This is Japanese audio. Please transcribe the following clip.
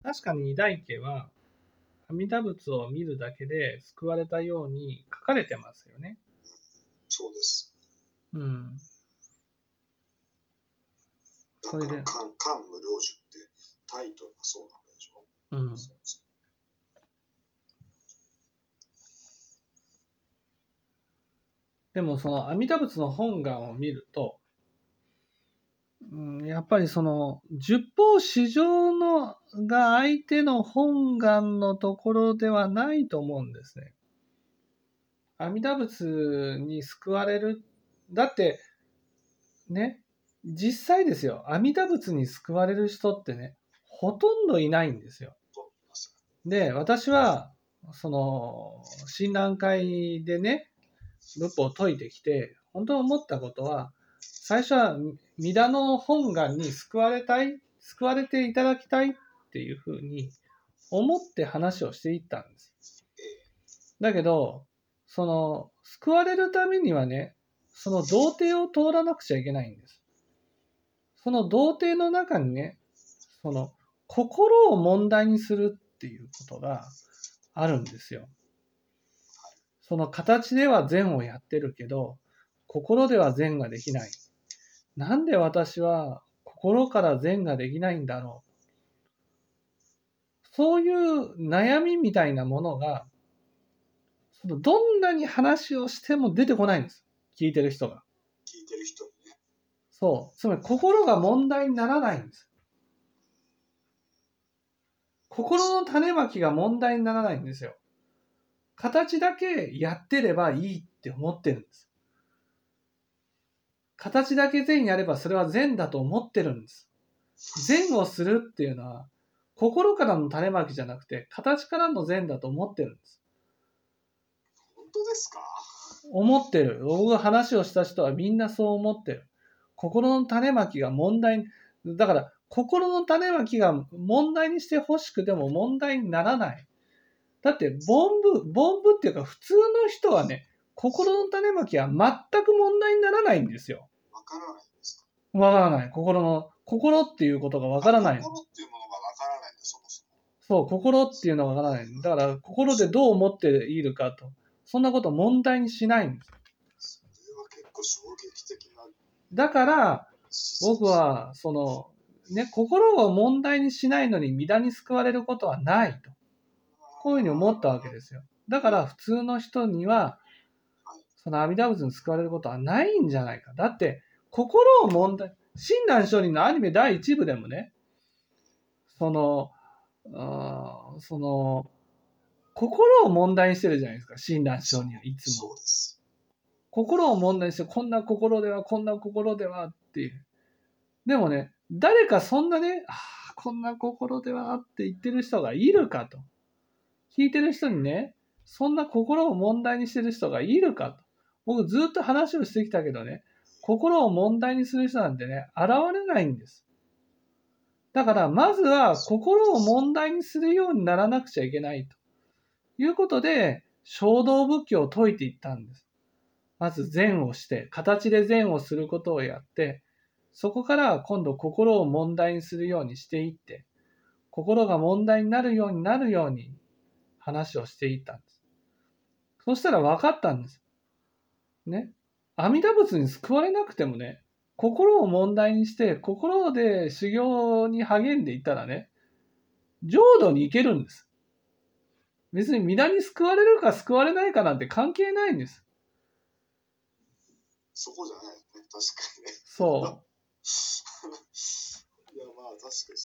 確かに二代家は阿弥陀仏を見るだけで救われたように書かれてますよね。 そうです。 うん。それで、 漢無量寿ってタイトルがそうなんでしょ。 うん。でもその阿弥陀仏の本願を見ると、やっぱりその十方四常のが相手の本願のところではないと思うんですね。阿弥陀仏に救われる。だってね、実際ですよ、阿弥陀仏に救われる人ってね、ほとんどいないんですよ。で、私はその親鸞会でね、仏法を説いてきて、本当に思ったことは、最初は弥陀の本願に救われていただきたいっていうふうに思って話をしていったんです。だけど、その救われるためにはね、その道程を通らなくちゃいけないんです。その道程の中にね、その心を問題にするっていうことがあるんですよ。その形では善をやってるけど、心では善ができない。なんで私は心から善ができないんだろう。そういう悩みみたいなものが、どんなに話をしても出てこないんです。聞いてる人が。 聞いてる人にね。 そう。つまり心が問題にならないんです。心の種まきが問題にならないんですよ。形だけやってればいいって思ってるんです。形だけ善やればそれは善だと思ってるんです。善をするっていうのは心からの種まきじゃなくて形からの善だと思ってるんです。 本当ですか？ 思ってる。僕が話をした人はみんなそう思ってる。心の種まきが問題、だから心の種まきが問題にしてほしくても問題にならない。だって凡夫っていうか普通の人はね、心の種まきは全く問題にならないんですよ。 わからないんですか？ わからない。心っていうことがわからない。 心っていうものがわからないんだ、そもそも。 そう、心っていうのがわからない。だから心でどう思っているかと。そんなことを問題にしないんです。 それは結構衝撃的な。 だから、僕は、心を問題にしないのに弥陀に救われることはないと。こういうふうに思ったわけですよ。だから普通の人には、その阿弥陀仏に救われることはないんじゃないか。だって、心を問題、親鸞聖人のアニメ第1部でもね、その、心を問題にしてるじゃないですか、親鸞聖人はいつも。 そうです。 心を問題にして、こんな心ではっていう。でもね、誰かそんなね、こんな心ではって言ってる人がいるかと。聞いてる人にね、そんな心を問題にしてる人がいるかと。僕ずっと話をしてきたけどね、心を問題にする人なんてね、現れないんです。だからまずは心を問題にするようにならなくちゃいけないということで、衝動仏教を説いていったんです。まず善をして、形で善をすることをやって、そこから今度心を問題にするようにしていって、心が問題になるように話をしていったんです。そしたら分かったんです。ね。阿弥陀仏に救われなくてもね、心を問題にして、心で修行に励んでいったらね、浄土に行けるんです。別に皆に救われるか救われないかなんて関係ないんです。 そこじゃないね、確かにね。 そう。 いや、まあ確かに